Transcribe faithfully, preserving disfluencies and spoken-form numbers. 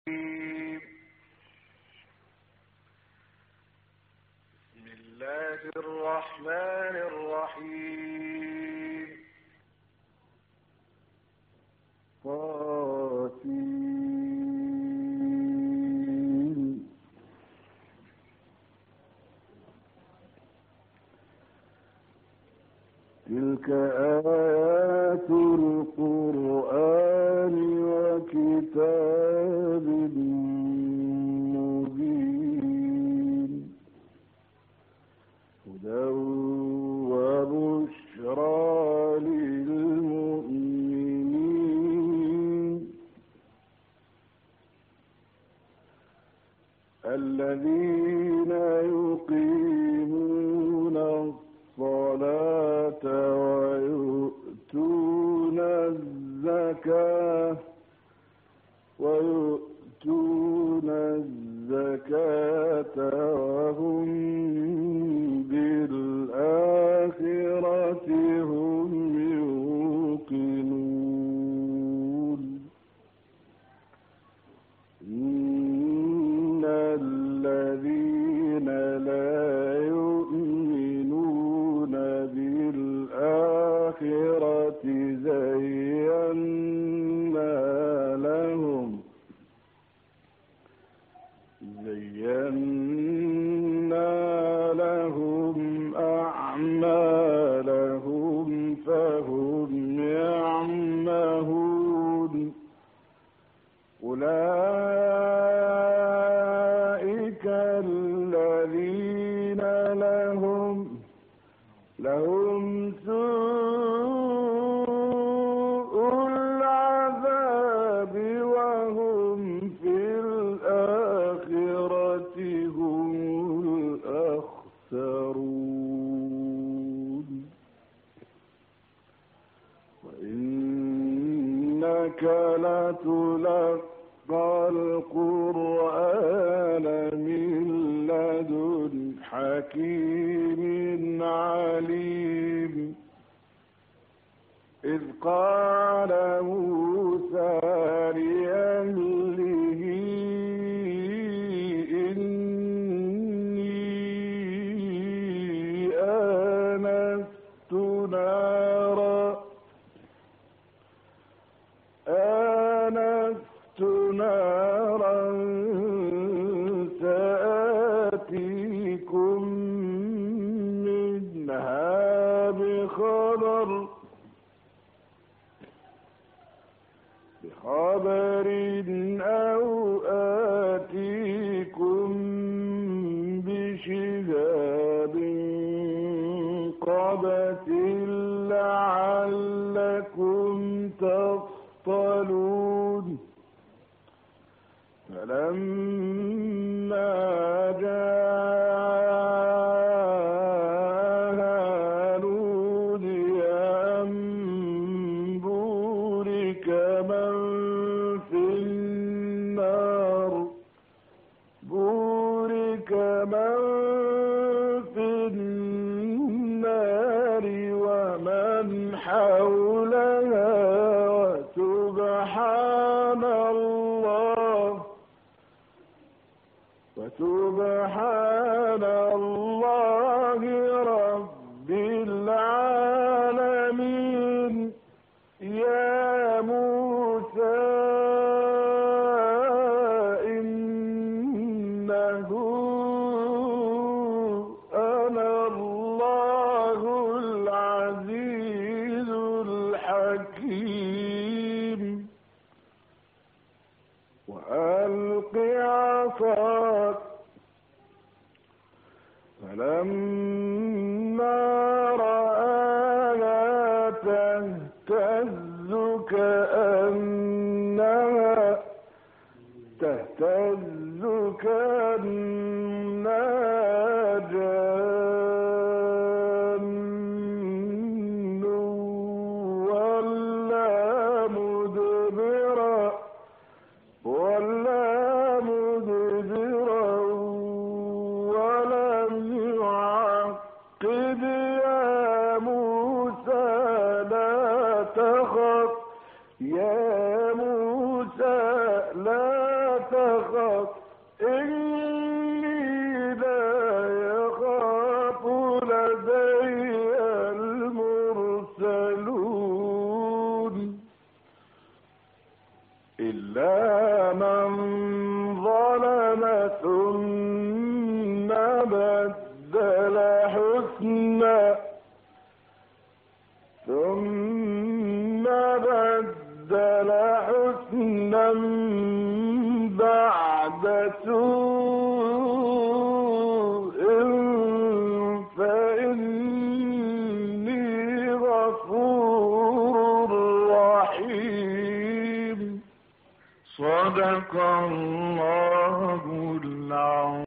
بسم الله الرحمن الرحيم. طاسين. تلك آيات القرآن وكتاب مبين، هدى وبشرى للمؤمنين الذين يقيمون الصلاة ويؤتون الزكاة ويؤتون الزكاة وهم بالآخرة هم يوقنون. إن الذين لا يؤمنون بالآخرة زينا لهم زينا لهم أعمالهم فهم يعمهون. أولئك الذين لهم لهم سوء العذاب وهم في الآخرة هم الأخسرون. وإنك لتلقى القرآن من لدن حكيم عليم. إذ قال موسى لأهله إني آنست نارا آنست نارا سآتيكم منها بخبر بخبر أو آتيكم بشهاب قبس لعلكم تصطلون. فلما جاءها نودي أن بورك من في النار بورك من في النار ومن حولها وسبحان الله وسبحان الله رب العالمين. يا موسى إنه أنا الله العزيز الحكيم. وألق عصاك فلما رآها تهتز كأنها تهتز كأنها جان ولا مدبرا ولا مدبرا ولم يعقب. يا موسى لا تخف يا موسى لا تخف تخف إني لا يخاف لدي المرسلون إلا من ظلم ثم بدل حسنا ثم بدل حسنا بعد سوء فإني غفور رحيم. صدق الله العظيم.